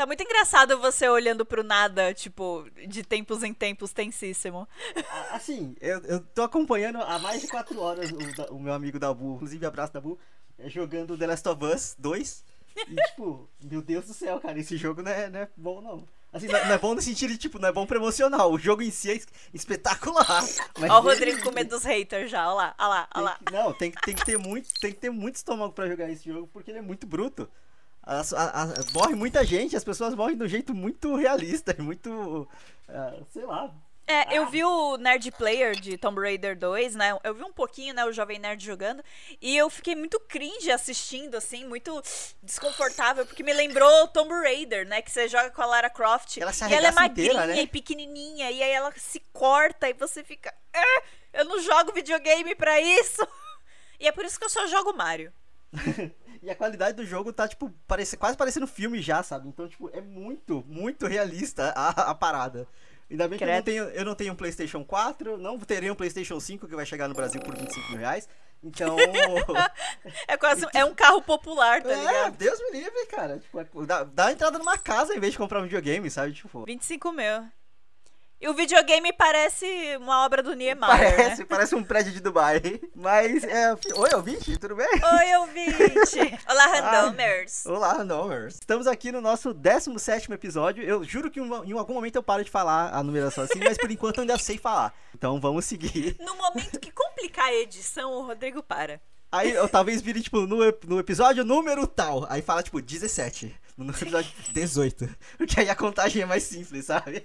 Tá muito engraçado você olhando pro nada, tipo, de tempos em tempos, tensíssimo. Assim, eu tô acompanhando há mais de 4 horas o meu amigo Dabu, inclusive abraço Dabu, jogando The Last of Us 2. E tipo, meu Deus do céu, cara, esse jogo não é bom não. Assim, não é bom no sentido de, tipo, não é bom pra emocional. O jogo em si é espetacular. Ó o Rodrigo com medo dos haters já, ó lá, ó lá, ó lá. Não, tem que ter muito estômago pra jogar esse jogo, porque ele é muito bruto. Morre muita gente, as pessoas morrem de um jeito muito realista, muito, sei lá. Eu vi o Nerd Player de Tomb Raider 2, né? Eu vi um pouquinho, né, o Jovem Nerd jogando. E eu fiquei muito cringe assistindo, assim, muito desconfortável. Porque me lembrou Tomb Raider, né? Que você joga com a Lara Croft. Ela se e ela é arregaça magrinha inteira, né? e pequenininha. E aí ela se corta e você fica... eu não jogo videogame pra isso. E é por isso que eu só jogo Mario. E a qualidade do jogo tá, tipo, quase parecendo filme já, sabe? Então, tipo, é muito, muito realista a parada. Ainda bem que eu não tenho um PlayStation 4, não terei um PlayStation 5 que vai chegar no Brasil por R$25. Então. É um carro popular, tá ligado? Deus me livre, cara. Tipo, dá uma entrada numa casa em vez de comprar um videogame, sabe? Tipo. 25 mil. E o videogame parece uma obra do Niemeyer, né? Parece um prédio de Dubai. Mas, Oi, ouvinte, tudo bem? Oi, ouvinte. Olá, randomers. Olá, randomers. Estamos aqui no nosso 17º episódio. Eu juro que em algum momento eu paro de falar a numeração assim, mas por enquanto eu ainda sei falar. Então vamos seguir. No momento que complicar a edição, o Rodrigo para. Aí eu talvez vire, tipo, no episódio número tal. Aí fala, tipo, 17. No episódio 18. Porque aí a contagem é mais simples, sabe?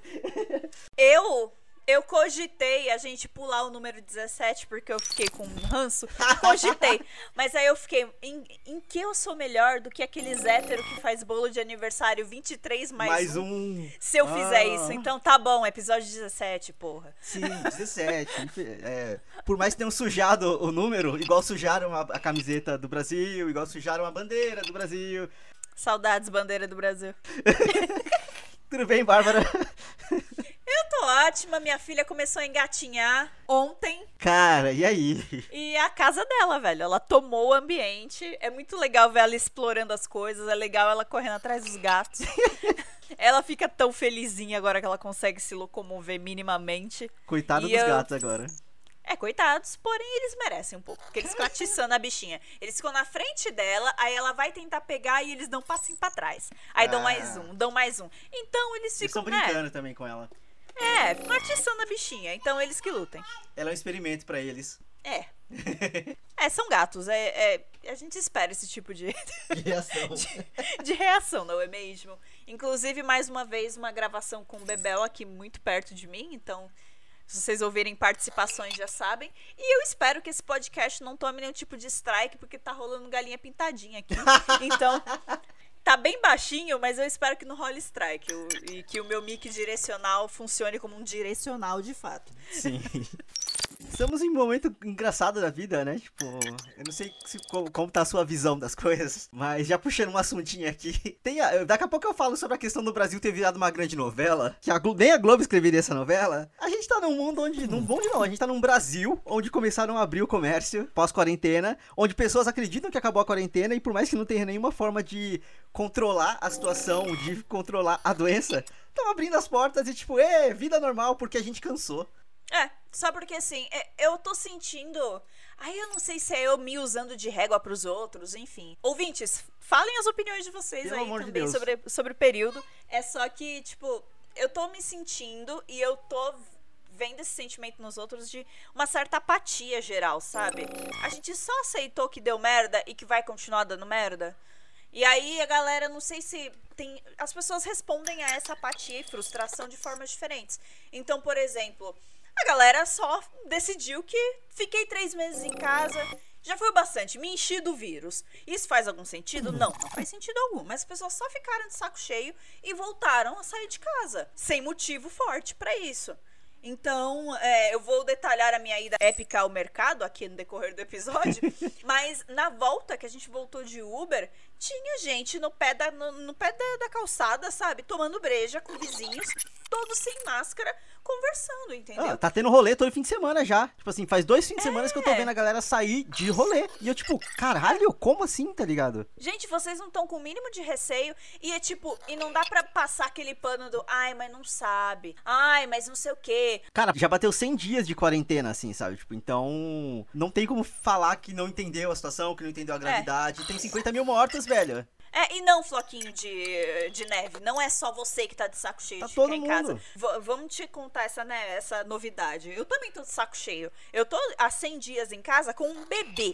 Eu cogitei a gente pular o número 17 porque eu fiquei com um ranço. Cogitei. Mas aí eu fiquei, em que eu sou melhor do que aqueles héteros que faz bolo de aniversário 23 mais um? Se eu fizer isso. Então tá bom, episódio 17, porra. Sim, 17. Por mais que tenham sujado o número, igual sujaram a camiseta do Brasil, igual sujaram a bandeira do Brasil. Saudades, bandeira do Brasil. Tudo bem, Bárbara? Eu tô ótima, minha filha começou a engatinhar ontem. Cara, e aí? E a casa dela, velho, ela tomou o ambiente. É muito legal ver ela explorando as coisas, é legal ela correndo atrás dos gatos. Ela fica tão felizinha agora que ela consegue se locomover minimamente. Coitada dos gatos agora. Coitados, porém eles merecem um pouco, porque eles ficam atiçando a bichinha. Eles ficam na frente dela, aí ela vai tentar pegar e eles dão um passinho pra trás. Aí dão mais um. Então eles ficam, estão brincando também com ela. Ficam atiçando a bichinha, então eles que lutem. Ela é um experimento pra eles. São gatos, a gente espera esse tipo de reação. de reação, não é mesmo? Inclusive, mais uma vez, uma gravação com o Bebel aqui muito perto de mim, então... Se vocês ouvirem participações, já sabem. E eu espero que esse podcast não tome nenhum tipo de strike, porque tá rolando galinha pintadinha aqui. Então, tá bem baixinho, mas eu espero que não role strike. E que o meu mic direcional funcione como um direcional de fato. Sim. Estamos em um momento engraçado da vida, né? Tipo, eu não sei como tá a sua visão das coisas, mas já puxando um assuntinho aqui. Daqui a pouco eu falo sobre a questão do Brasil ter virado uma grande novela, que nem a Globo escreveria essa novela. A gente tá num mundo onde... a gente tá num Brasil onde começaram a abrir o comércio pós-quarentena, onde pessoas acreditam que acabou a quarentena e por mais que não tenha nenhuma forma de controlar a situação, de controlar a doença, estão abrindo as portas e tipo, vida normal porque a gente cansou. Só porque assim, eu tô sentindo... eu não sei se é eu me usando de régua pros outros, enfim. Ouvintes, falem as opiniões de vocês Pelo aí amor também de sobre o período. É só que, tipo, eu tô me sentindo e eu tô vendo esse sentimento nos outros de uma certa apatia geral, sabe? A gente só aceitou que deu merda e que vai continuar dando merda. E aí a galera, não sei se tem... As pessoas respondem a essa apatia e frustração de formas diferentes. Então, por exemplo... A galera só decidiu que fiquei 3 meses em casa, já foi o bastante, me enchi do vírus. Isso faz algum sentido? Não faz sentido algum. Mas as pessoas só ficaram de saco cheio e voltaram a sair de casa, sem motivo forte pra isso. Então, eu vou detalhar a minha ida épica ao mercado aqui no decorrer do episódio, mas na volta que a gente voltou de Uber, tinha gente no pé da calçada, sabe? Tomando breja com vizinhos, todos sem máscara, conversando, entendeu? Tá tendo rolê todo fim de semana já. Tipo assim, faz 2 fins de semana que eu tô vendo a galera sair de rolê. E eu, tipo, caralho, como assim, tá ligado? Gente, vocês não estão com o mínimo de receio. E é tipo, e não dá pra passar aquele pano do ai, mas não sabe. Ai, mas não sei o quê. Cara, já bateu 100 dias de quarentena, assim, sabe? Tipo, então, não tem como falar que não entendeu a situação, que não entendeu a gravidade. Tem 50 mil mortos, velho. E não, Floquinho de neve, não é só você que tá de saco cheio Tá de todo ficar em mundo. casa. Vamos te contar essa novidade. Eu também tô de saco cheio. Eu tô há 100 dias em casa com um bebê.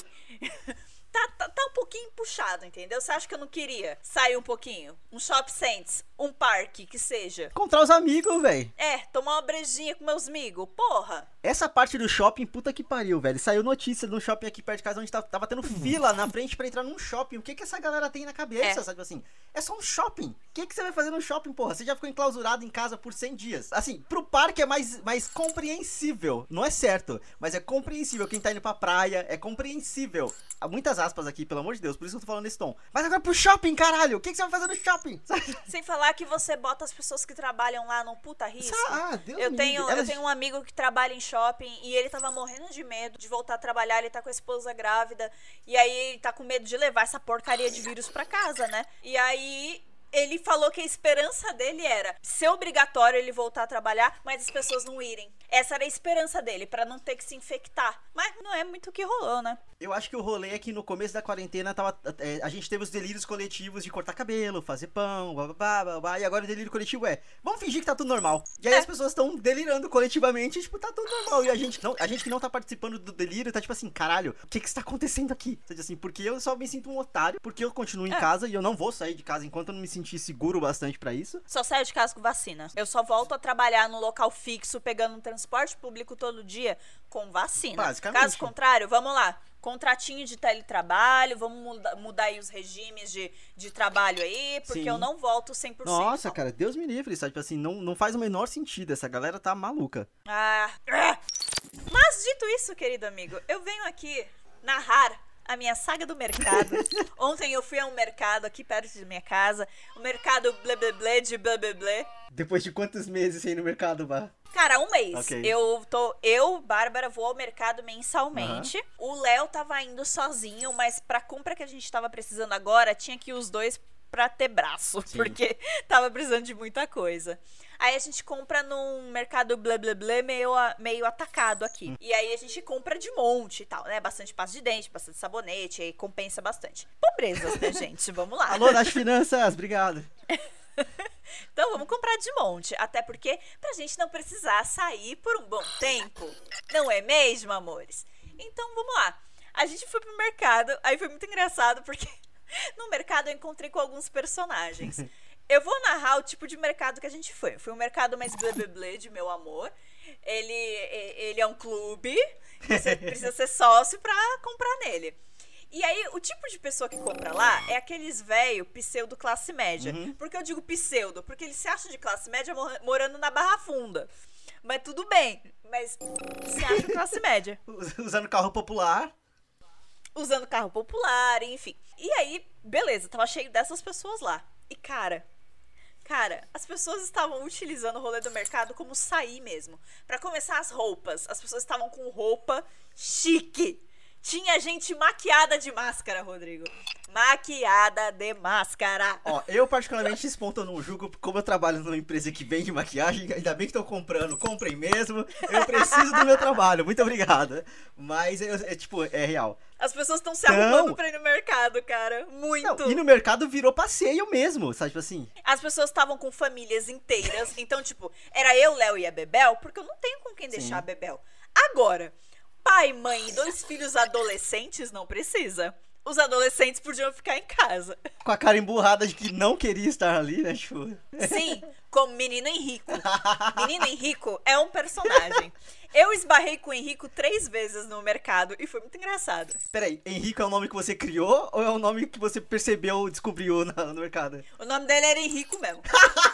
Tá um pouquinho puxado, entendeu? Você acha que eu não queria sair um pouquinho? Um shopping center, um parque, que seja. Encontrar os amigos, velho. Tomar uma brejinha com meus amigos. Porra! Essa parte do shopping, puta que pariu, velho. Saiu notícia de um shopping aqui perto de casa onde tava tendo fila na frente pra entrar num shopping. O que essa galera tem na cabeça, sabe assim? É só um shopping. O que você vai fazer no shopping, porra? Você já ficou enclausurado em casa por 100 dias. Assim, pro parque é mais compreensível. Não é certo, mas é compreensível. Quem tá indo pra praia, é compreensível. Há muitas aspas aqui, pelo amor de Deus, por isso que eu tô falando nesse tom. Mas agora pro shopping, caralho! O que você vai fazer no shopping? Sem falar que você bota as pessoas que trabalham lá num puta risco. Deus eu me tenho livre. Eu tenho um amigo que trabalha em shopping e ele tava morrendo de medo de voltar a trabalhar, ele tá com a esposa grávida, e aí ele tá com medo de levar essa porcaria de vírus pra casa, né? E aí ele falou que a esperança dele era ser obrigatório ele voltar a trabalhar, mas as pessoas não irem. Essa era a esperança dele, pra não ter que se infectar. Mas não é muito o que rolou, né? Eu acho que o rolê é que no começo da quarentena a gente teve os delírios coletivos de cortar cabelo, fazer pão, babá, e agora o delírio coletivo vamos fingir que tá tudo normal. E aí as pessoas estão delirando coletivamente, tipo, tá tudo normal. E a gente que não tá participando do delírio tá tipo assim, caralho, o que está acontecendo aqui? Assim, porque eu só me sinto um otário, porque eu continuo em casa e eu não vou sair de casa enquanto eu não me sentir seguro bastante pra isso. Só saio de casa com vacina. Eu só volto a trabalhar no local fixo, pegando um transporte público todo dia com vacina. Basicamente. Caso contrário, vamos lá. Contratinho de teletrabalho, vamos mudar aí os regimes de trabalho aí, porque eu não volto 100%. Nossa, cara, Deus me livre, sabe? Tipo assim, não faz o menor sentido, essa galera tá maluca. Mas dito isso, querido amigo, eu venho aqui narrar a minha saga do mercado. Ontem eu fui a um mercado aqui perto de minha casa, o mercado blé de blé. Depois de quantos meses sem ir no mercado, Bah? Cara, um mês. Okay. Eu, Bárbara, vou ao mercado mensalmente. O Léo tava indo sozinho, mas pra compra que a gente tava precisando agora, tinha que ir os dois pra ter braço, porque tava precisando de muita coisa. Aí a gente compra num mercado blé meio atacado aqui. E aí a gente compra de monte e tal, né? Bastante pasta de dente, bastante sabonete, aí compensa bastante. Pobrezas, né, gente? Vamos lá. Alô, das finanças, obrigado. Então vamos comprar de monte, até porque pra gente não precisar sair por um bom tempo, não é mesmo, amores? Então vamos lá, a gente foi pro mercado, aí foi muito engraçado porque no mercado eu encontrei com alguns personagens. Eu vou narrar o tipo de mercado que a gente foi. Foi um mercado mais blé de meu amor. Ele é um clube, você precisa ser sócio pra comprar nele. E aí, o tipo de pessoa que compra lá é aqueles velho pseudo classe média. Por que eu digo pseudo? Porque eles se acham de classe média morando na Barra Funda. Mas tudo bem, mas se acham classe média. Usando carro popular. Usando carro popular, enfim. E aí, beleza, tava cheio dessas pessoas lá. E cara, as pessoas estavam utilizando o rolê do mercado como sair mesmo. Pra começar, as roupas. As pessoas estavam com roupa chique. Tinha gente maquiada de máscara, Rodrigo. Maquiada de máscara. Ó, eu particularmente esse ponto eu não julgo, como eu trabalho numa empresa que vende maquiagem, ainda bem que estão comprando, comprem mesmo, eu preciso do meu trabalho, muito obrigado. Mas é real. As pessoas estão se arrumando pra ir no mercado, cara, muito. Não, e no mercado virou passeio mesmo, sabe, tipo assim. As pessoas estavam com famílias inteiras, então tipo, era eu, Léo e a Bebel, porque eu não tenho com quem deixar a Bebel. Agora, pai, mãe e 2 filhos adolescentes não precisa. Os adolescentes podiam ficar em casa. Com a cara emburrada de que não queria estar ali, né, tipo. Sim, como Menino Henrico. Menino Henrico é um personagem. Eu esbarrei com o Henrico 3 vezes no mercado e foi muito engraçado. Peraí, Henrico é o nome que você criou ou é o nome que você percebeu, descobriu no mercado? O nome dele era Henrico mesmo.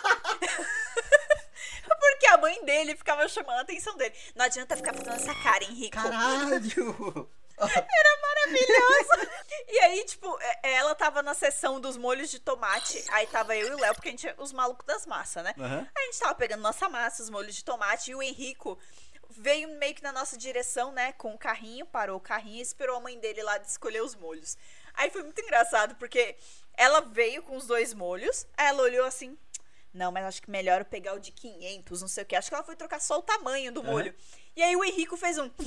Porque a mãe dele ficava chamando a atenção dele. Não adianta ficar fazendo essa cara, Henrico. Caralho! Era maravilhoso. E aí, tipo, ela tava na sessão dos molhos de tomate. Aí tava eu e o Léo, porque a gente é os malucos das massas, né? Uhum. Aí a gente tava pegando nossa massa, os molhos de tomate. E o Henrico veio meio que na nossa direção, né? Com o carrinho, parou o carrinho e esperou a mãe dele lá de escolher os molhos. Aí foi muito engraçado, porque ela veio com os 2 molhos. Aí ela olhou assim... Não, mas acho que melhor eu pegar o de 500, não sei o que. Acho que ela foi trocar só o tamanho do molho. E aí o Henrico fez um...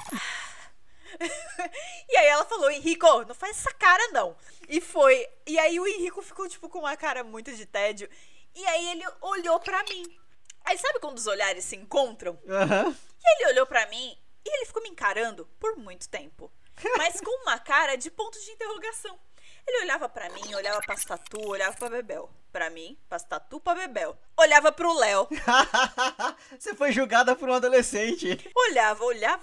E aí ela falou, Henrico, não faz essa cara não. E foi. E aí o Henrico ficou tipo com uma cara muito de tédio. E aí ele olhou pra mim. Aí sabe quando os olhares se encontram? Uhum. E ele olhou pra mim e ele ficou me encarando por muito tempo. Mas com uma cara de ponto de interrogação. Ele olhava pra mim, olhava pra Tatu, olhava pra Bebel. Pra mim, pra Tatu, pra Bebel. Olhava pro Léo. Você foi julgada por um adolescente. Olhava.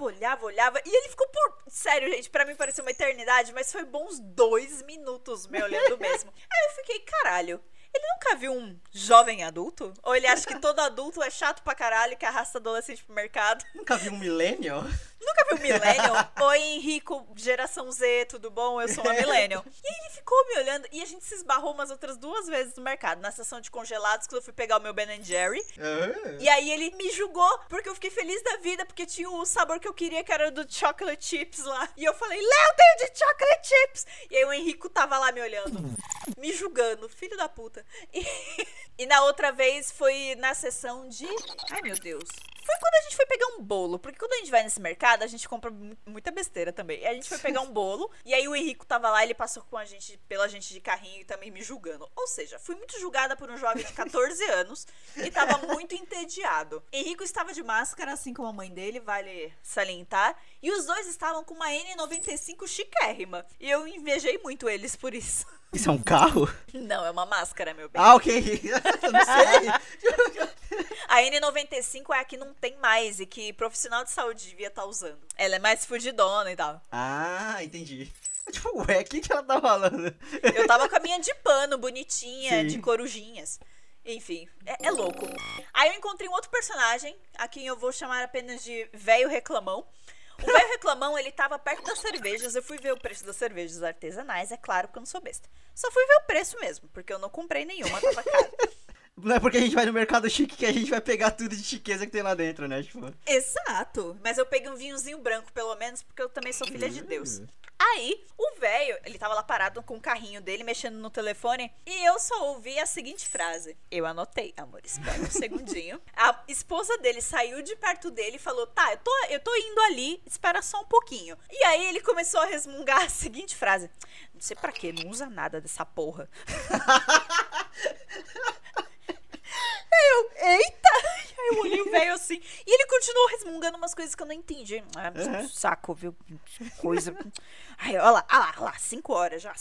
E ele ficou por... Sério, gente, pra mim pareceu uma eternidade, mas foi bons 2 minutos me olhando mesmo. Aí eu fiquei, caralho, ele nunca viu um jovem adulto? Ou ele acha que todo adulto é chato pra caralho, que arrasta adolescente pro mercado? Nunca viu um millennial? Nunca viu Millennial? Oi, Henrico, geração Z, tudo bom? Eu sou uma Millennial. E aí ele ficou me olhando e a gente se esbarrou umas outras 2 vezes no mercado. Na seção de congelados, quando eu fui pegar o meu Ben & Jerry. E aí ele me julgou, porque eu fiquei feliz da vida, porque tinha o sabor que eu queria, que era do chocolate chips lá. E eu falei, Léo, tenho de chocolate chips! E aí o Henrico tava lá me olhando, me julgando, filho da puta. E na outra vez foi na sessão de... Ai, meu Deus... Foi quando a gente foi pegar um bolo, porque quando a gente vai nesse mercado, a gente compra muita besteira também. E a gente foi pegar um bolo, e aí o Henrico tava lá, ele passou com a gente, pela gente de carrinho e também me julgando. Ou seja, fui muito julgada por um jovem de 14 anos e tava muito entediado. Henrico estava de máscara, assim como a mãe dele, vale salientar, e os 2 estavam com uma N95 chiquérrima. E eu invejei muito eles por isso. Isso é um carro? Não, é uma máscara, meu bem. Ah, ok. Eu não sei. A N95 é a que não tem mais e que profissional de saúde devia estar usando. Ela é mais fudidona e tal. Ah, entendi. Tipo, ué, o que ela tá falando? Eu tava com a minha de pano, bonitinha, Sim. de corujinhas. Enfim, é louco. Aí eu encontrei um outro personagem, a quem eu vou chamar apenas de Velho Reclamão. O Velho Reclamão, ele tava perto das cervejas. Eu fui ver o preço das cervejas artesanais, é claro, porque eu não sou besta. Só fui ver o preço mesmo, porque eu não comprei nenhuma, tava caro. Não é porque a gente vai no mercado chique que a gente vai pegar tudo de chiqueza que tem lá dentro, né? Tipo... Exato. Mas eu peguei um vinhozinho branco, pelo menos, porque eu também sou filha de Deus. Aí, o velho, ele tava lá parado com o carrinho dele, mexendo no telefone, e eu só ouvi a seguinte frase. Eu anotei, amor, espera um segundinho. A esposa dele saiu de perto dele e falou, tá, eu tô indo ali, espera só um pouquinho. E aí ele começou a resmungar a seguinte frase. Não sei pra quê, não usa nada dessa porra. Eita! Aí eu olhei o velho assim. E ele continuou resmungando umas coisas que eu não entendi. Saco, viu? Coisa. Aí, olha lá, 5 horas já.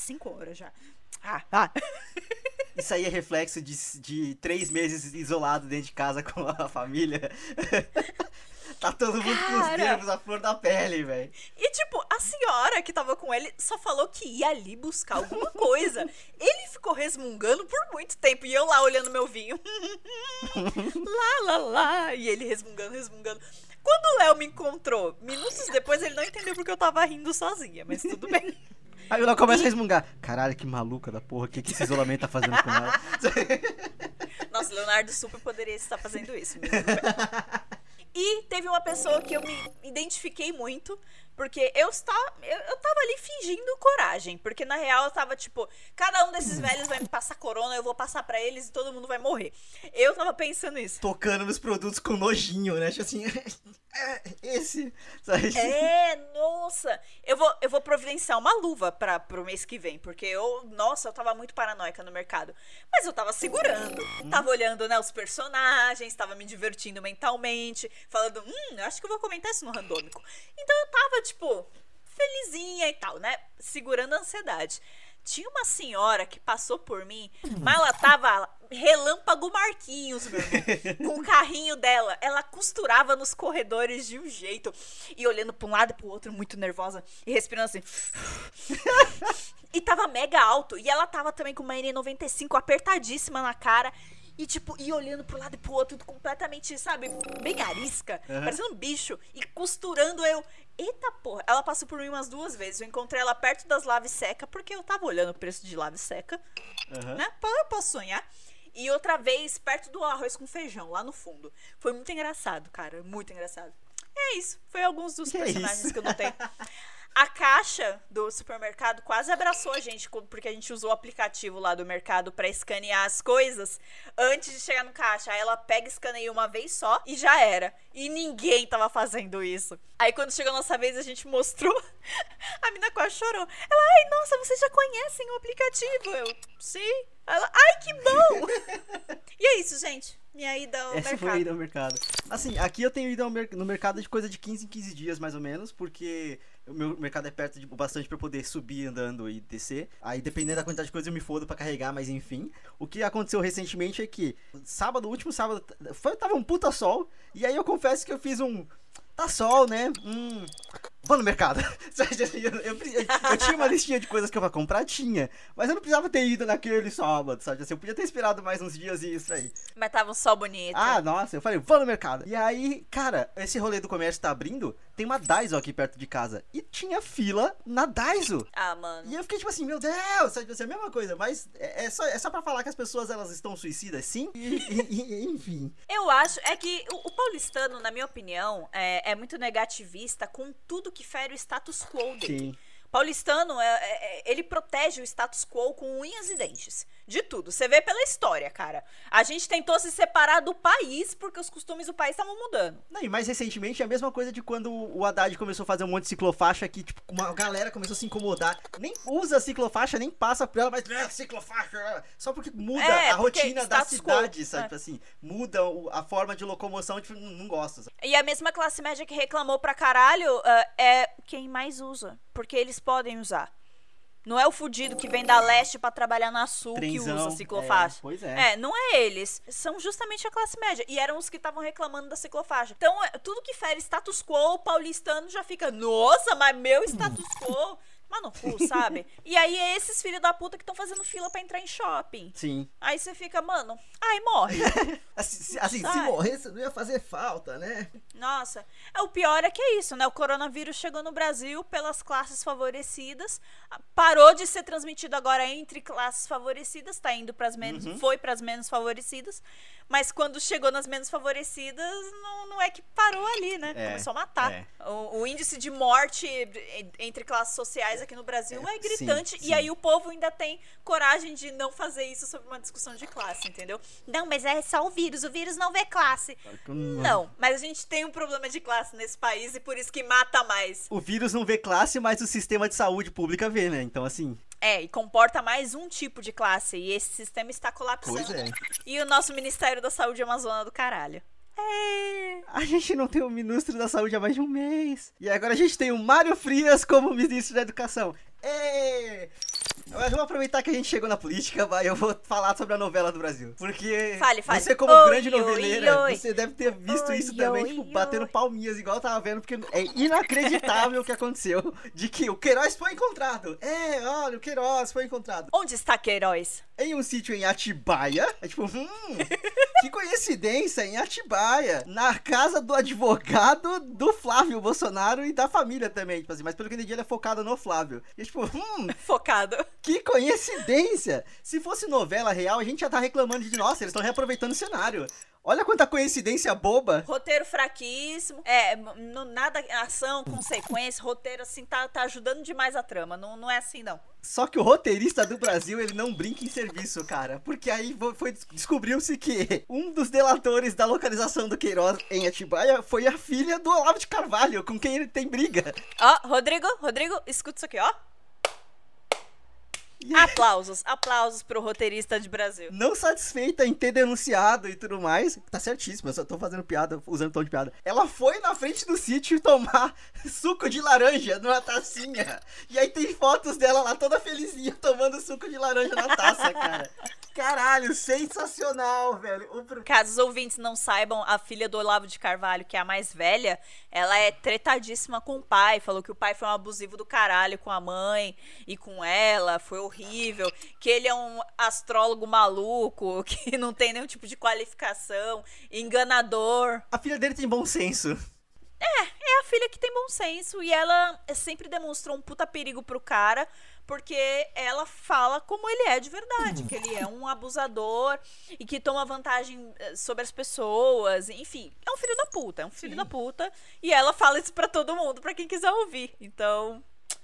Isso aí é reflexo de 3 meses isolado dentro de casa com a família. Tá todo mundo com os nervos à flor da pele, velho. E tipo, a senhora que tava com ele só falou que ia ali buscar alguma coisa. Ele ficou resmungando por muito tempo. E eu lá olhando meu vinho. lá. E ele resmungando. Quando o Léo me encontrou, minutos depois, ele não entendeu porque eu tava rindo sozinha. Mas tudo bem. Aí ela começa a resmungar. Caralho, que maluca da porra. O que esse isolamento tá fazendo com ela? Nossa, Leonardo super poderia estar fazendo isso. Mas tudo bem. E teve uma pessoa que eu me identifiquei muito, porque eu tava ali fingindo coragem. Porque na real eu tava tipo, cada um desses velhos vai me passar corona, eu vou passar pra eles e todo mundo vai morrer. Eu tava pensando isso. Tocando nos produtos com nojinho, né? Tipo assim, esse. Sabe? Nossa. Eu vou providenciar uma luva pro mês que vem, porque eu tava muito paranoica no mercado. Mas eu tava segurando. Tava olhando, né, os personagens, tava me divertindo mentalmente, falando, eu acho que eu vou comentar isso no Randômico. Então eu tava, tipo, felizinha e tal, né? Segurando a ansiedade. Tinha uma senhora que passou por mim, mas ela tava relâmpago Marquinhos, meu irmão, com o carrinho dela. Ela costurava nos corredores de um jeito, e olhando pra um lado e pro outro, muito nervosa, e respirando assim. E tava mega alto, e ela tava também com uma N95 apertadíssima na cara. E tipo, e olhando pro lado e pro outro, completamente, sabe, bem arisca, parecendo um bicho, e costurando eu. eita porra. Ela passou por mim umas 2 vezes. Eu encontrei ela perto das Lave Seca, porque eu tava olhando o preço de Lave Seca, né? Eu posso sonhar. E outra vez, perto do arroz com feijão, lá no fundo. Foi muito engraçado, cara. Muito engraçado. É isso. Foi alguns dos personagens que eu notei. A caixa do supermercado quase abraçou a gente, porque a gente usou o aplicativo lá do mercado pra escanear as coisas antes de chegar no caixa. Aí ela pega e escaneia uma vez só e já era. E ninguém tava fazendo isso. Aí quando chegou a nossa vez, a gente mostrou. A mina quase chorou. Ela, ai, nossa, vocês já conhecem o aplicativo? Eu, sim. Ela, ai, que bom! E é isso, gente. Minha ida ao mercado. Essa foi a ida ao mercado. Assim, aqui eu tenho ido no mercado de coisa de 15 em 15 dias, mais ou menos, porque o meu mercado é perto de bastante pra eu poder subir andando e descer. Aí, dependendo da quantidade de coisa, eu me fodo pra carregar, mas enfim. O que aconteceu recentemente é que, último sábado, tava um puta sol, e aí eu confesso que eu fiz um... Tá sol, né? Vou no mercado. Eu tinha uma listinha de coisas que eu ia comprar, tinha. Mas eu não precisava ter ido naquele sábado, sabe? Assim, eu podia ter esperado mais uns dias e isso aí. Mas tava um sol bonito. Ah, nossa, eu falei, vou no mercado. E aí, cara, esse rolê do comércio tá abrindo, tem uma Daiso aqui perto de casa. E tinha fila na Daiso. Ah, mano. E eu fiquei tipo assim, meu Deus, sabe? É a mesma coisa, mas é só pra falar que as pessoas, elas estão suicidas, sim? Enfim. Eu acho, é que o paulistano, na minha opinião, é muito negativista com tudo que fere o status quo dele. Sim. Paulistano, ele protege o status quo com unhas e dentes. De tudo. Você vê pela história, cara. A gente tentou se separar do país porque os costumes do país estavam mudando. Não, e mais recentemente é a mesma coisa de quando o Haddad começou a fazer um monte de ciclofaixa que, tipo, uma galera começou a se incomodar. Nem usa a ciclofaixa, nem passa por ela, mas ciclofaixa. Só porque muda a rotina da cidade, sabe? Assim, muda a forma de locomoção, tipo, não gosto. Sabe? E a mesma classe média que reclamou pra caralho é quem mais usa. Porque eles podem usar. Não é o fudido que vem da leste pra trabalhar na sul Trenzão, que usa ciclofaixa. Pois é. Não é eles. São justamente a classe média. E eram os que estavam reclamando da ciclofaixa. Então, tudo que fere status quo, o paulistano já fica, nossa, mas meu status quo... Mas no cu, sabe? E aí é esses filhos da puta que estão fazendo fila pra entrar em shopping. Sim. Aí você fica, mano, ai, morre. assim, se morresse não ia fazer falta, né? Nossa. O pior é que é isso, né? O coronavírus chegou no Brasil pelas classes favorecidas, parou de ser transmitido agora entre classes favorecidas, tá indo pras menos, foi pras menos favorecidas, mas quando chegou nas menos favorecidas, não é que parou ali, né? Começou a matar. O índice de morte entre classes sociais aqui no Brasil é gritante. Sim. E aí o povo ainda tem coragem de não fazer isso sobre uma discussão de classe, entendeu? Não, mas é só o vírus não vê classe. Não, mas a gente tem um problema de classe nesse país e por isso que mata mais. O vírus não vê classe, mas o sistema de saúde pública vê, né? Então, assim... E comporta mais um tipo de classe. E esse sistema está colapsando. Pois é. E o nosso Ministério da Saúde é uma zona do caralho. A gente não tem o ministro da saúde há mais de um mês. E agora a gente tem o Mário Frias como ministro da educação. Mas vamos aproveitar que a gente chegou na política, eu vou falar sobre a novela do Brasil. Porque fale. você como grande noveleira, você deve ter visto isso também, tipo, batendo palminhas, igual eu tava vendo, porque é inacreditável o que aconteceu, de que o Queiroz foi encontrado. Olha, o Queiroz foi encontrado. Onde está Queiroz? Em um sítio em Atibaia. É tipo, que coincidência, em Atibaia. Na casa do advogado do Flávio Bolsonaro e da família também, tipo assim, mas pelo que eu entendi ele é focado no Flávio. E é tipo, focado. Que coincidência! Se fosse novela real, a gente já tá reclamando de, nossa, eles estão reaproveitando o cenário. Olha quanta coincidência boba. Roteiro fraquíssimo. Nada, ação, consequência, roteiro assim, tá ajudando demais a trama. Não é assim, não. Só que o roteirista do Brasil, ele não brinca em serviço, cara. Porque aí descobriu-se que um dos delatores da localização do Queiroz em Atibaia foi a filha do Olavo de Carvalho, com quem ele tem briga. Rodrigo, escuta isso aqui, ó. Aplausos pro roteirista de Brasil. Não satisfeita em ter denunciado e tudo mais, tá certíssimo, eu só tô fazendo piada, usando tom de piada. Ela foi na frente do sítio tomar suco de laranja numa tacinha. E aí tem fotos dela lá toda felizinha tomando suco de laranja na taça, cara. Caralho, sensacional, velho. Caso os ouvintes não saibam, a filha do Olavo de Carvalho, que é a mais velha, ela é tretadíssima com o pai. Falou que o pai foi um abusivo do caralho com a mãe e com ela, foi horrível. Que ele é um astrólogo maluco, que não tem nenhum tipo de qualificação, enganador. A filha dele tem bom senso. É a filha que tem bom senso e ela sempre demonstrou um puta perigo pro cara, porque ela fala como ele é de verdade, que ele é um abusador e que toma vantagem sobre as pessoas, enfim, é um filho da puta, e ela fala isso pra todo mundo, pra quem quiser ouvir, então...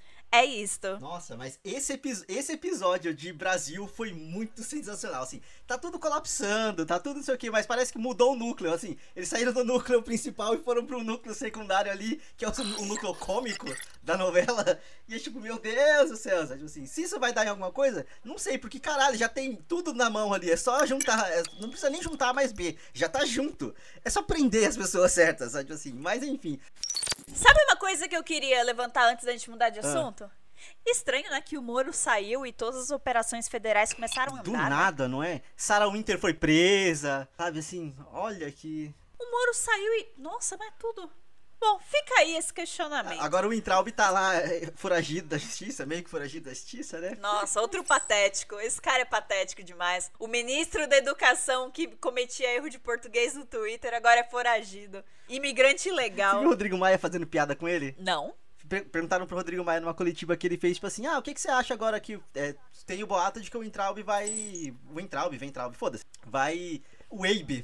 É isto. Nossa, mas esse episódio de Brasil foi muito sensacional, assim. Tá tudo colapsando, tá tudo não sei o que, mas parece que mudou o núcleo, assim. Eles saíram do núcleo principal e foram pro núcleo secundário ali, que é o núcleo cômico da novela. E é tipo, meu Deus do céu, sabe? Tipo assim, se isso vai dar em alguma coisa, não sei, porque caralho, já tem tudo na mão ali. É só juntar, não precisa nem juntar A mais B, já tá junto. É só prender as pessoas certas, sabe? Tipo assim, mas enfim... Sabe uma coisa que eu queria levantar antes da gente mudar de assunto? Estranho, né? Que o Moro saiu e todas as operações federais começaram a andar. Do nada, não é? Sarah Winter foi presa, sabe assim? Olha que... O Moro saiu e... Nossa, mas tudo... Bom, fica aí esse questionamento. Agora o Weintraub tá lá foragido da justiça, meio que foragido da justiça, né? Nossa, outro patético. Esse cara é patético demais. O ministro da Educação que cometia erro de português no Twitter agora é foragido. Imigrante ilegal. Você viu o Rodrigo Maia fazendo piada com ele? Não. Perguntaram pro Rodrigo Maia numa coletiva que ele fez, tipo assim, o que você acha agora que tem o boato de que o Weintraub vai... Weintraub, foda-se. Vai... O Abe.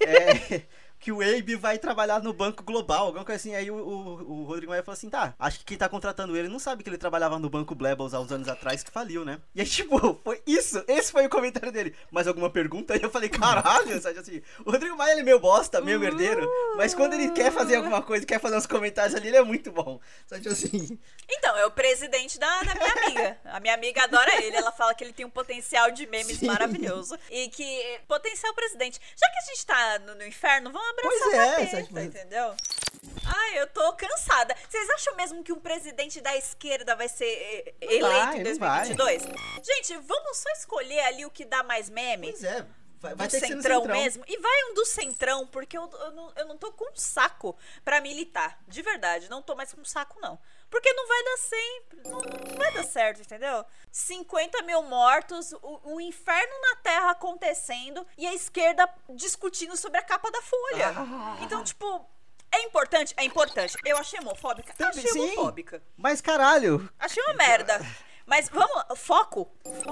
Que o Abe vai trabalhar no Banco Global, alguma coisa assim. Aí o Rodrigo Maia falou assim, tá, acho que quem tá contratando ele não sabe que ele trabalhava no Banco Blebels há uns anos atrás, que faliu, né? E aí, tipo, foi isso, esse foi o comentário dele. Mais alguma pergunta? Aí eu falei, caralho, sabe assim, o Rodrigo Maia, ele é meio bosta, meio merdeiro, mas quando ele quer fazer alguma coisa, quer fazer uns comentários ali, ele é muito bom, sabe assim. Então, é o presidente da minha amiga. A minha amiga adora ele, ela fala que ele tem um potencial de memes maravilhoso. E que, potencial presidente. Já que a gente tá no inferno, vamos abraçar a capeta, entendeu? Ai, eu tô cansada. Vocês acham mesmo que um presidente da esquerda vai ser eleito em 2022? Gente, vamos só escolher ali o que dá mais meme? Pois é. Vai do ter que centrão, ser no centrão mesmo. E vai um do centrão, porque eu não tô com saco pra militar. De verdade, não tô mais com saco, não. Porque não vai dar sempre. Não vai dar certo, entendeu? 50 mil mortos, o inferno na terra acontecendo e a esquerda discutindo sobre a capa da Folha. Então, tipo... É importante? É importante. Eu achei homofóbica? Também, achei homofóbica. Sim, mas caralho. Achei uma merda. Mas vamos... Foco?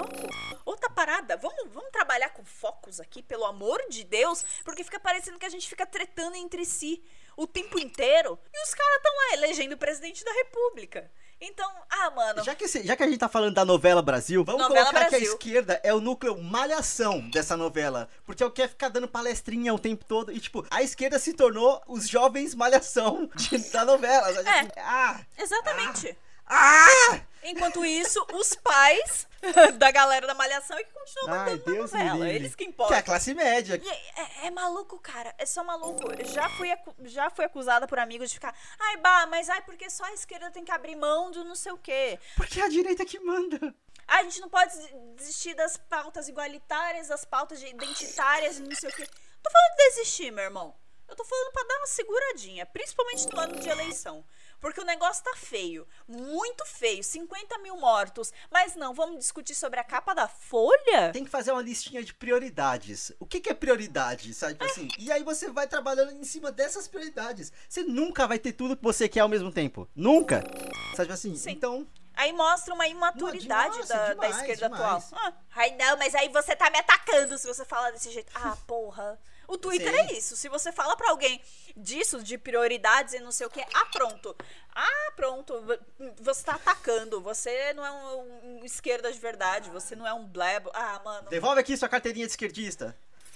Outra parada. Vamos trabalhar com focos aqui, pelo amor de Deus. Porque fica parecendo que a gente fica tretando entre si o tempo inteiro. E os caras estão lá elegendo o presidente da República. Então, mano... Já que a gente tá falando da novela Brasil, vamos colocar que a esquerda é o núcleo malhação dessa novela. Porque é o que é ficar dando palestrinha o tempo todo. E, tipo, a esquerda se tornou os jovens malhação da novela. Exatamente. Enquanto isso, os pais da galera da malhação é que continuam mandando na novela. Eles que importam. Que é a classe média. E é maluco, cara. É só maluco. Já fui acusada por amigos de ficar... mas porque só a esquerda tem que abrir mão do não sei o quê. Porque é a direita que manda. A gente não pode desistir das pautas igualitárias, das pautas identitárias e não sei o quê. Tô falando de desistir, meu irmão. Eu tô falando pra dar uma seguradinha. Principalmente no ano de eleição. Porque o negócio tá feio, muito feio, 50 mil mortos. Mas não, vamos discutir sobre a capa da Folha? Tem que fazer uma listinha de prioridades. O que é prioridade, sabe? Assim, e aí você vai trabalhando em cima dessas prioridades. Você nunca vai ter tudo que você quer ao mesmo tempo. Nunca. Sabe assim? Sim. Então... Aí mostra uma imaturidade da esquerda atual. Não, mas aí você tá me atacando se você fala desse jeito. Porra. O Twitter é isso. Se você fala pra alguém disso, de prioridades e não sei o que, pronto. Pronto. Você tá atacando. Você não é um esquerda de verdade. Você não é um blebo. Mano. Devolve aqui sua carteirinha de esquerdista.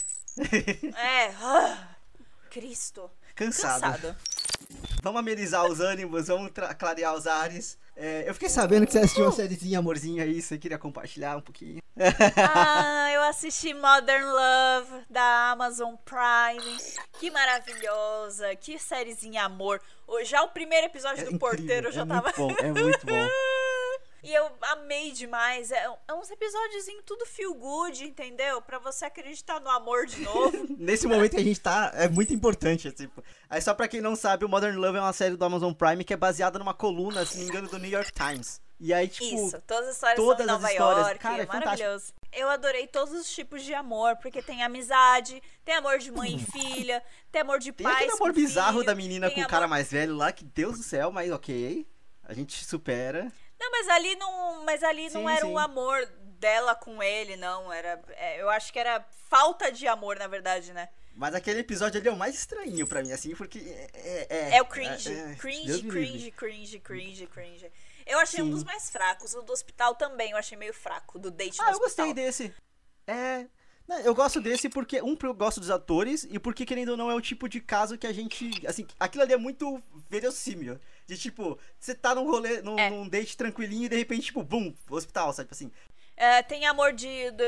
Cristo. Cansado. Vamos amenizar os ânimos, vamos clarear os ares. Eu fiquei sabendo que você assistiu uma sériezinha amorzinho aí, você queria compartilhar um pouquinho. Eu assisti Modern Love da Amazon Prime. Que maravilhosa, que sériezinha amor. Já o primeiro episódio do Porteiro já tava... É muito bom. E eu amei demais. É uns episódios tudo feel good, entendeu? Pra você acreditar no amor de novo. Nesse momento que a gente tá, é muito importante. Tipo. Aí só pra quem não sabe, o Modern Love é uma série do Amazon Prime que é baseada numa coluna, se não me engano, do New York Times. E aí, tipo... Isso, todas as histórias são em Nova York, cara, é maravilhoso. Eu adorei todos os tipos de amor, porque tem amizade, tem amor de mãe e filha, tem amor de Tem pais aquele amor com bizarro filho, da menina tem com o amor... cara mais velho lá, que Deus do céu, mas ok. A gente supera. Não, mas ali não Sim, era sim. o amor dela com ele, não. Eu acho que era falta de amor, na verdade, né? Mas aquele episódio ali é o mais estranho pra mim, assim, porque É o cringe. Deus Cringe, me cringe, livre. cringe, cringe, cringe. Eu achei um Sim. dos mais fracos. O do hospital também eu achei meio fraco. Do date no Ah, eu hospital. gostei desse. Não, eu gosto desse porque, porque eu gosto dos atores e porque, querendo ou não, é o tipo de caso que a gente, assim, aquilo ali é muito verossímil. De, tipo, você tá num rolê, num date tranquilinho e, de repente, tipo, bum, hospital, sabe, tipo assim. Tem amor de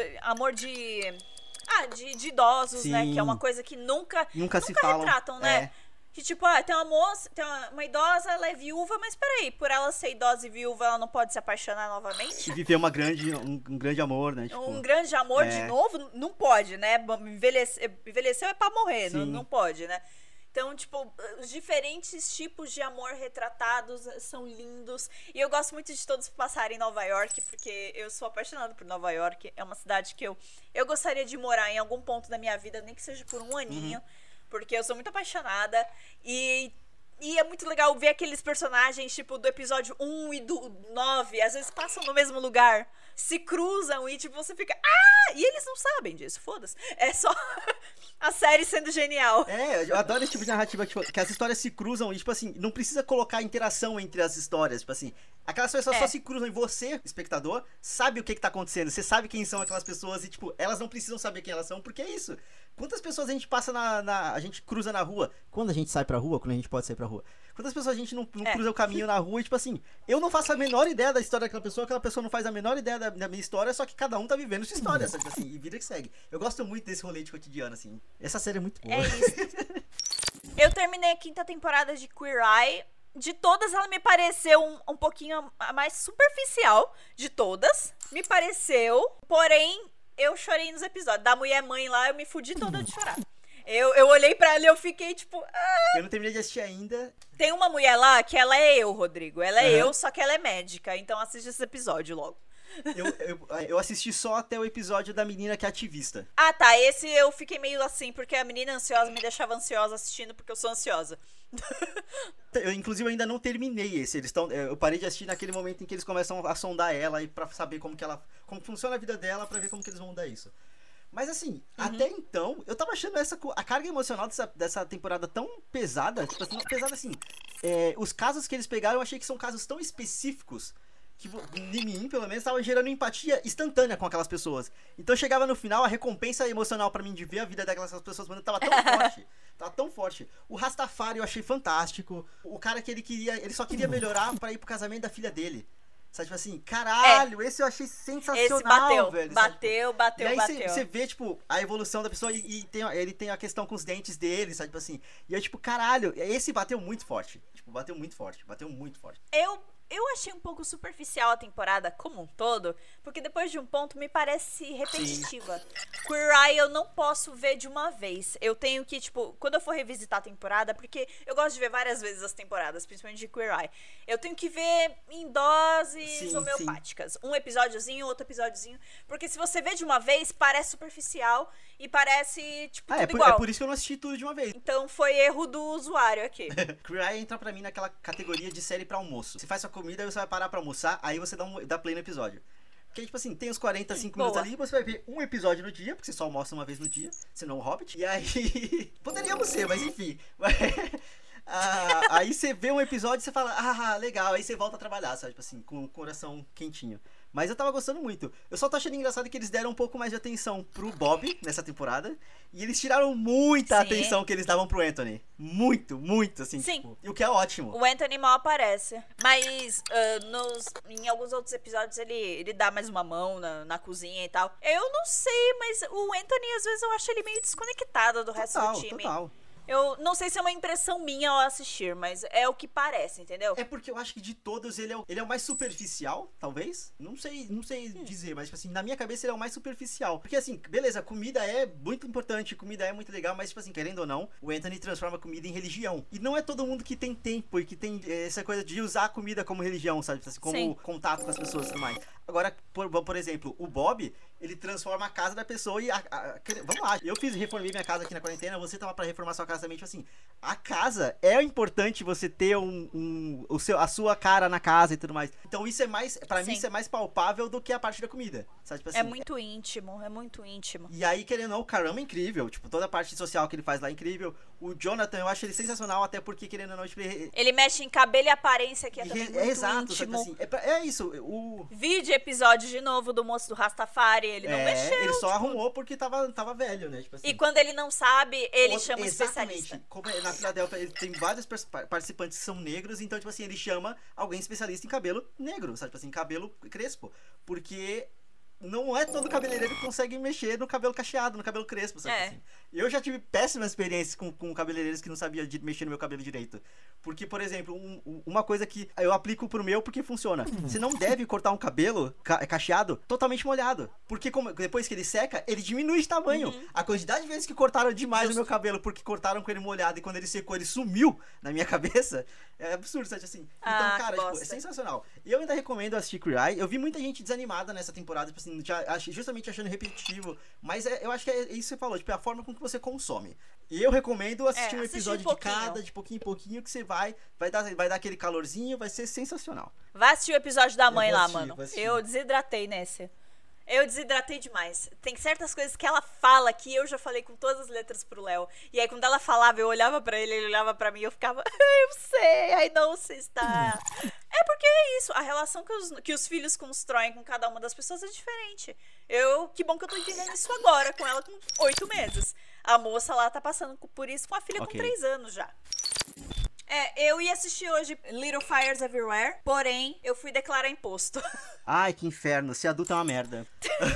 idosos, Sim. né? Que é uma coisa que nunca Se falam. retratam, né? Que tipo, tem uma moça, tem uma idosa, ela é viúva, mas peraí, por ela ser idosa e viúva, ela não pode se apaixonar novamente? E viver um grande amor, né? Tipo, Um grande amor de novo? Não pode, né? Envelheceu é pra morrer, não pode, né? Então, tipo, os diferentes tipos de amor retratados são lindos. E eu gosto muito de todos passarem em Nova York, porque eu sou apaixonada por Nova York. É uma cidade que eu gostaria de morar em algum ponto da minha vida, nem que seja por um aninho. Porque eu sou muito apaixonada. E é muito legal ver aqueles personagens, tipo, do episódio 1 e do 9. Às vezes passam no mesmo lugar, se cruzam e, tipo, você fica... E eles não sabem disso, foda-se. É só a série sendo genial. Eu adoro esse tipo de narrativa, tipo, que as histórias se cruzam e, tipo assim, não precisa colocar interação entre as histórias, tipo assim. Aquelas pessoas só se cruzam e você, espectador, sabe o que tá acontecendo. Você sabe quem são aquelas pessoas e, tipo, elas não precisam saber quem elas são, porque é isso. Quantas pessoas a gente passa a gente cruza na rua? Quando a gente sai pra rua, quando a gente pode sair pra rua? Quantas pessoas a gente não cruza o caminho na rua e, tipo assim, eu não faço a menor ideia da história daquela pessoa não faz a menor ideia da minha história, só que cada um tá vivendo sua história, sabe? Assim, e vida que segue. Eu gosto muito desse rolê de cotidiano, assim. Essa série é muito boa. É isso. Eu terminei a 5ª temporada de Queer Eye. De todas, ela me pareceu um pouquinho a mais superficial de todas. Me pareceu. Porém, eu chorei nos episódios. Da mulher mãe lá, eu me fudi toda de chorar. Eu olhei pra ela e eu fiquei tipo... Eu não terminei de assistir ainda. Tem uma mulher lá que ela é eu, Rodrigo. Ela é eu, só que ela é médica. Então assiste esse episódio logo. Eu assisti só até o episódio da menina que é ativista. Ah, tá. Esse eu fiquei meio assim, porque a menina ansiosa me deixava ansiosa assistindo, porque eu sou ansiosa. Inclusive, eu ainda não terminei esse. Eu parei de assistir naquele momento em que eles começam a sondar ela e pra saber como funciona a vida dela, pra ver como que eles vão mudar isso. Mas assim, até então, eu tava achando a carga emocional dessa temporada tão pesada, tipo assim, pesada assim. Os casos que eles pegaram, eu achei que são casos tão específicos que em mim, pelo menos, tava gerando empatia instantânea com aquelas pessoas. Então chegava no final, a recompensa emocional pra mim de ver a vida daquelas pessoas, mano, tava tão forte. Tava tão forte. O Rastafari eu achei fantástico. O cara que ele só queria melhorar pra ir pro casamento da filha dele. Sabe, tipo assim, caralho, esse eu achei sensacional, esse velho. Bateu. E aí você vê, tipo, a evolução da pessoa e ele tem a questão com os dentes dele, sabe, tipo assim. E eu, tipo, caralho, esse bateu muito forte. Tipo, bateu muito forte. Eu achei um pouco superficial a temporada como um todo, porque depois de um ponto me parece repetitiva. Queer Eye eu não posso ver de uma vez. Eu tenho que, tipo, quando eu for revisitar a temporada, porque eu gosto de ver várias vezes as temporadas, principalmente de Queer Eye, eu tenho que ver em doses homeopáticas. Um episódiozinho, outro episódiozinho. Porque se você vê de uma vez, parece superficial e parece, tipo, tudo igual. É por isso que eu não assisti tudo de uma vez. Então foi erro do usuário aqui. Queer Eye entra pra mim naquela categoria de série pra almoço. Você faz sua comida, aí você vai parar pra almoçar, aí você dá play no episódio. Porque, tipo assim, tem os 45 minutos ali, você vai ver um episódio no dia, porque você só almoça uma vez no dia, senão o Hobbit. E aí... Poderíamos ser, mas enfim. Aí você vê um episódio e você fala, legal, aí você volta a trabalhar, sabe? Tipo assim, com o coração quentinho. Mas eu tava gostando muito. Eu só tô achando engraçado que eles deram um pouco mais de atenção pro Bob nessa temporada. E eles tiraram muita atenção que eles davam pro Anthony. Muito, assim. Sim. Tipo, e o que é ótimo. O Anthony mal aparece. Mas em alguns outros episódios ele dá mais uma mão na cozinha e tal. Eu não sei, mas o Anthony, às vezes, eu acho ele meio desconectado do resto do time. Total. Eu não sei se é uma impressão minha ao assistir, mas é o que parece, entendeu? É porque eu acho que de todos ele é o mais superficial, talvez. Não sei dizer, mas tipo assim, na minha cabeça ele é o mais superficial. Porque assim, beleza, comida é muito importante, comida é muito legal, mas tipo assim, querendo ou não, o Anthony transforma a comida em religião. E não é todo mundo que tem tempo e que tem essa coisa de usar a comida como religião, sabe? Assim, como Sim. contato com as pessoas e tudo mais. Agora, por exemplo, o Bob, ele transforma a casa da pessoa e vamos lá, eu reformei minha casa aqui na quarentena, você tava pra reformar sua casa também, tipo assim, a casa é importante você ter a sua cara na casa e tudo mais. Então isso é mais, pra mim, isso é mais palpável do que a parte da comida, sabe? Tipo assim, é muito íntimo, é muito íntimo. E aí, querendo ou não, o Caramba é incrível, tipo, toda a parte social que ele faz lá é incrível. O Jonathan, eu acho ele sensacional, até porque, querendo ou não, tipo, ele mexe em cabelo e aparência, que é também muito exato, íntimo. Assim, é isso, Vídeo episódio de novo do moço do Rastafari, ele não mexeu. Ele só arrumou porque tava velho, né? Tipo assim. E quando ele não sabe, ele chama um especialista. Como na Filadélfia ele tem vários participantes que são negros, então, tipo assim, ele chama alguém especialista em cabelo negro, sabe? Tipo assim, cabelo crespo. Porque não é todo cabeleireiro que consegue mexer no cabelo cacheado, no cabelo crespo, sabe? Assim. Eu já tive péssimas experiências com cabeleireiros que não sabiam mexer no meu cabelo direito. Porque, por exemplo, uma coisa que eu aplico pro meu porque funciona. Você não deve cortar um cabelo cacheado totalmente molhado. Porque depois que ele seca, ele diminui de tamanho. A quantidade de vezes que cortaram demais o meu cabelo porque cortaram com ele molhado e quando ele secou ele sumiu na minha cabeça, é absurdo, sabe assim? Então, cara, tipo, é sensacional. E eu ainda recomendo assistir Queer Eye. Eu vi muita gente desanimada nessa temporada, tipo assim, justamente achando repetitivo. Mas eu acho que é isso que você falou, tipo, é a forma com que você consome. E eu recomendo assistir um episódio de cada, de pouquinho em pouquinho, que você vai dar aquele calorzinho, vai ser sensacional. Vai assistir o episódio da mãe lá, mano. Eu desidratei nesse. Eu desidratei demais. Tem certas coisas que ela fala que eu já falei com todas as letras pro Léo. E aí, quando ela falava, eu olhava pra ele olhava pra mim e eu ficava, eu sei, I know você está. É porque é isso. A relação que os filhos constroem com cada uma das pessoas é diferente. Que bom que eu tô entendendo isso agora, com ela com 8 meses. A moça lá tá passando por isso com a filha com 3 anos já. Eu ia assistir hoje Little Fires Everywhere, porém, eu fui declarar imposto. Ai, que inferno. Ser adulto é uma merda.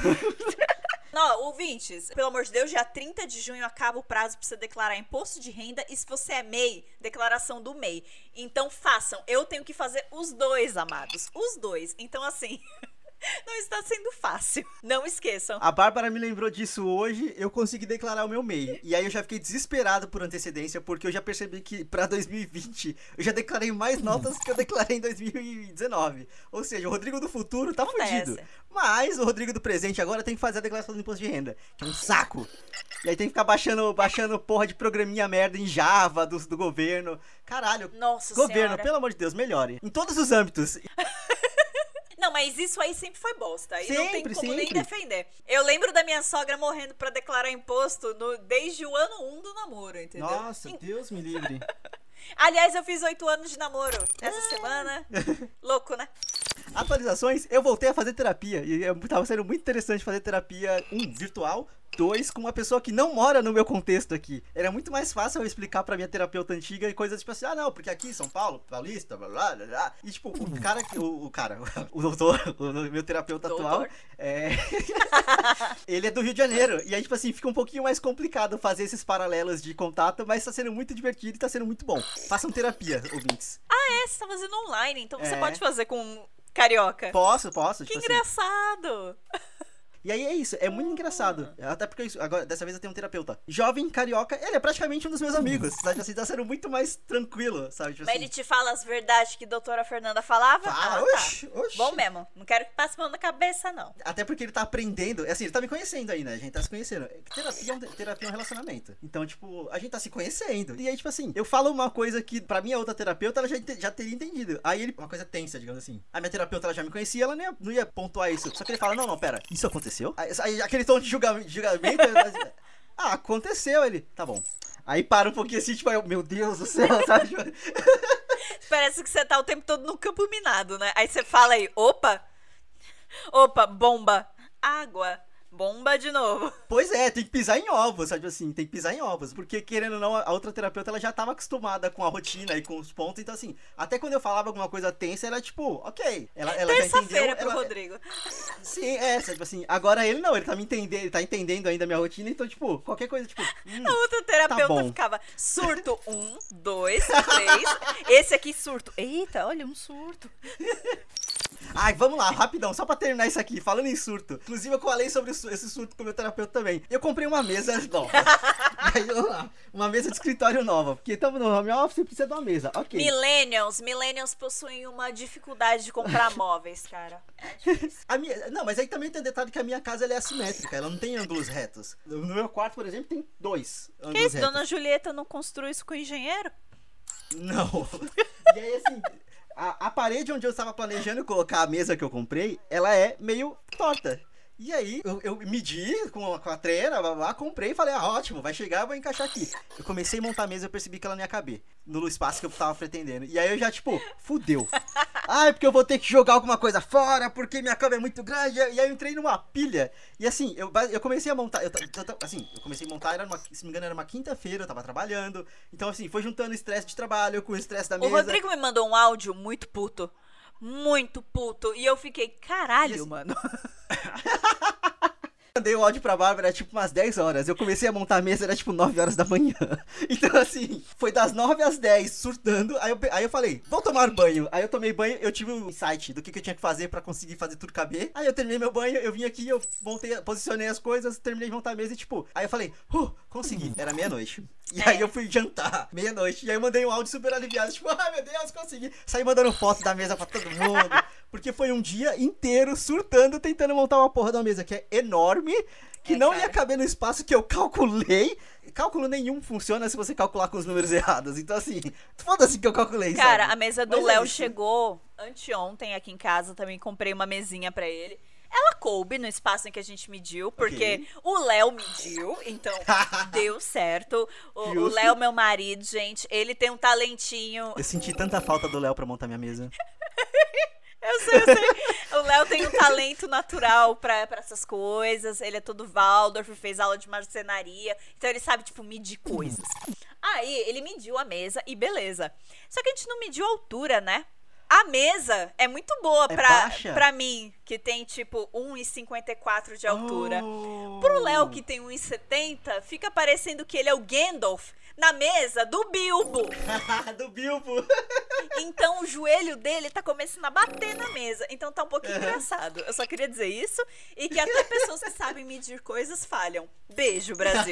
Não, ouvintes, pelo amor de Deus, dia 30 de junho acaba o prazo pra você declarar imposto de renda e se você é MEI, declaração do MEI. Então façam. Eu tenho que fazer os dois, amados. Os dois. Então, assim... Não está sendo fácil. Não esqueçam. A Bárbara me lembrou disso hoje. Eu consegui declarar o meu MEI. E aí eu já fiquei desesperado por antecedência, porque eu já percebi que pra 2020 eu já declarei mais notas que eu declarei em 2019. Ou seja, o Rodrigo do futuro tá fudido. Mas o Rodrigo do presente agora tem que fazer a declaração do imposto de renda, que é um saco. E aí tem que ficar baixando porra de programinha merda em Java do governo. Caralho. Nossa governo, senhora. Pelo amor de Deus, melhore. Em todos os âmbitos. Não, mas isso aí sempre foi bosta. E não tem como nem sempre. defender. Eu lembro da minha sogra morrendo pra declarar imposto desde o ano 1 do namoro, entendeu? Nossa, Deus me livre. Aliás, eu fiz 8 anos de namoro essa semana. Louco, né? Atualizações, eu voltei a fazer terapia. E tava sendo muito interessante fazer terapia, virtual. 2, com uma pessoa que não mora no meu contexto aqui. Era muito mais fácil eu explicar pra minha terapeuta antiga e coisas tipo assim, não, porque aqui em São Paulo, Paulista, blá, blá, blá, blá. E tipo, o doutor, o meu terapeuta atual, ele é do Rio de Janeiro. E aí, tipo assim, fica um pouquinho mais complicado fazer esses paralelos de contato, mas tá sendo muito divertido e tá sendo muito bom. Façam terapia, ouvintes. Você tá fazendo online, então você pode fazer com carioca. Posso. Que tipo engraçado. E aí é isso, é muito engraçado. Até porque agora, dessa vez eu tenho um terapeuta jovem, carioca, ele é praticamente um dos meus amigos, sabe? Assim, tá sendo muito mais tranquilo, sabe? Tipo mas assim, ele te fala as verdades que a doutora Fernanda falava? Fala, oxi. Bom mesmo, não quero que passe mão na cabeça, não. Até porque ele tá aprendendo, assim, ele tá me conhecendo aí, né? A gente tá se conhecendo. Terapia é um relacionamento. Então, tipo, a gente tá se conhecendo. E aí, tipo assim, eu falo uma coisa que pra minha outra terapeuta, ela já teria entendido. Aí ele, uma coisa tensa, digamos assim. A minha terapeuta, ela já me conhecia, ela não ia pontuar isso. Só que ele fala, não, pera, isso aconteceu? Aí aquele tom de julgamento, aconteceu, ele, tá bom. Aí para um pouquinho assim, tipo, meu Deus do céu, sabe? Parece que você tá o tempo todo no campo minado, né? Aí você fala aí, opa, bomba, água, Bomba de novo. Pois é, tem que pisar em ovos, sabe assim, tem que pisar em ovos, porque querendo ou não, a outra terapeuta, ela já tava acostumada com a rotina e com os pontos, então assim, até quando eu falava alguma coisa tensa, era tipo, ok, ela já entendeu. Terça-feira pro Rodrigo. Sim, sabe assim, agora ele não, ele tá me entendendo, ele tá entendendo ainda a minha rotina, então tipo, qualquer coisa, tipo, A outra terapeuta ficava, surto, 1, 2, 3, esse aqui surto, eita, olha, um surto. Ai, vamos lá, rapidão, só pra terminar isso aqui, falando em surto. Inclusive, eu falei sobre esse surto com o meu terapeuta também. Eu comprei uma mesa nova. Aí, vamos lá, uma mesa de escritório nova, porque estamos no home office e precisa de uma mesa, ok. Millennials possuem uma dificuldade de comprar móveis, cara. É difícil. Não, mas aí também tem um detalhe que a minha casa ela é assimétrica, ela não tem ângulos retos. No meu quarto, por exemplo, tem 2 ângulos Que isso, retos. Dona Julieta não construiu isso com engenheiro? Não. E aí, assim, a parede onde eu estava planejando colocar a mesa que eu comprei, ela é meio torta. E aí, eu medi com a treina, comprei e falei, ótimo, vai chegar, eu vou encaixar aqui. Eu comecei a montar a mesa e eu percebi que ela não ia caber no espaço que eu tava pretendendo. E aí eu já, tipo, fudeu. Porque eu vou ter que jogar alguma coisa fora, porque minha cama é muito grande. E aí eu entrei numa pilha. E assim, eu comecei a montar, eu comecei a montar, se não me engano, era uma quinta-feira, eu tava trabalhando. Então assim, foi juntando o estresse de trabalho com o estresse da mesa. O Rodrigo me mandou um áudio muito puto. Muito puto. E eu fiquei, caralho, assim, mano. Mandei o áudio pra Bárbara, tipo, umas 10 horas. Eu comecei a montar a mesa, era tipo 9 horas da manhã. Então, assim, foi das 9 às 10, surtando. Aí eu falei, vou tomar banho. Aí eu tomei banho, eu tive um insight do que eu tinha que fazer pra conseguir fazer tudo caber. Aí eu terminei meu banho, eu vim aqui, eu posicionei as coisas, terminei de montar a mesa e, tipo, aí eu falei, consegui. Era meia-noite. E aí eu fui jantar, meia-noite. E aí eu mandei um áudio super aliviado, tipo, ai meu Deus, consegui. Saí mandando foto da mesa pra todo mundo. Porque foi um dia inteiro surtando, tentando montar uma porra da mesa que é enorme, que não ia caber no espaço que eu calculei. Cálculo nenhum funciona se você calcular com os números errados. Então assim, foda-se que eu calculei, Cara, sabe? a mesa do Léo chegou anteontem aqui em casa, também comprei uma mesinha pra ele. Ela coube no espaço em que a gente mediu, porque o Léo mediu, então deu certo. O Léo, meu marido, gente, ele tem um talentinho. Eu senti tanta falta do Léo pra montar minha mesa. Eu sei. O Léo tem um talento natural pra essas coisas. Ele é todo Waldorf, fez aula de marcenaria. Então ele sabe, tipo, medir coisas. Aí ele mediu a mesa e beleza. Só que a gente não mediu a altura, né? A mesa é muito boa pra mim, que tem tipo 1,54 de altura. Pro Léo, que tem 1,70, fica parecendo que ele é o Gandalf na mesa do Bilbo. Do Bilbo. Então o joelho dele tá começando a bater na mesa. Então tá um pouquinho engraçado. Eu só queria dizer isso. E que até pessoas que sabem medir coisas falham. Beijo, Brasil.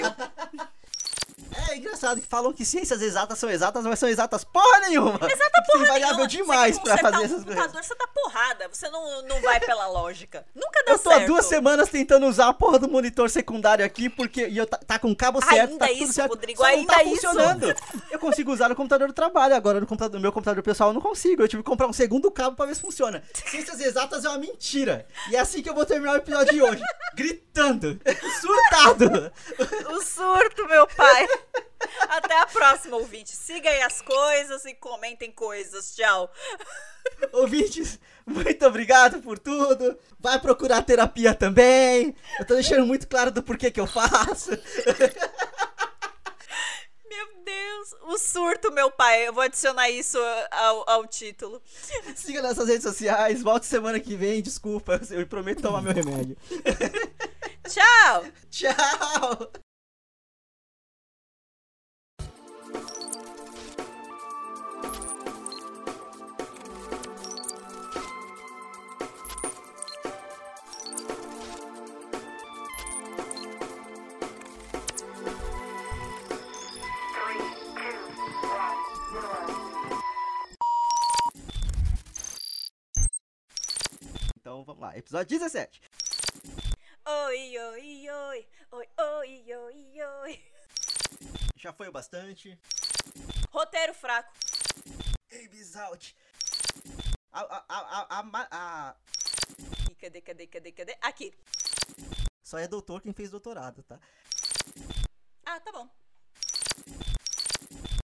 É engraçado que falam que ciências exatas são exatas, mas são exatas porra nenhuma. Exata porra tem variável nenhuma. demais pra fazer essas coisas. Computador, você dá porrada. Você não vai pela lógica. Nunca dá certo. certo. Eu tô há 2 semanas tentando usar a porra do monitor secundário aqui, porque e eu tá com o cabo certo, ainda tá tudo isso, certo. Rodrigo, só não ainda tá isso. funcionando. Eu consigo usar no computador do trabalho, agora no meu computador pessoal eu não consigo. Eu tive que comprar um segundo cabo pra ver se funciona. Ciências exatas é uma mentira. E é assim que eu vou terminar o episódio de hoje. Gritando. Surtado. O surto, meu pai. Até a próxima, ouvinte. Siga aí as coisas e comentem coisas. Tchau. Ouvintes, muito obrigado por tudo. Vai procurar terapia também. Eu tô deixando muito claro do porquê que eu faço. Meu Deus. O surto, meu pai. Eu vou adicionar isso ao título. Siga nossas redes sociais. Volte semana que vem. Desculpa, eu prometo tomar meu remédio. Tchau. Tchau. Então vamos lá, episódio 17. Oi, oi, oi. Oi, oi, oi, oi. Já foi o bastante. Roteiro fraco. Babies out. Cadê? Aqui. Só é doutor quem fez doutorado, tá? Ah, tá bom.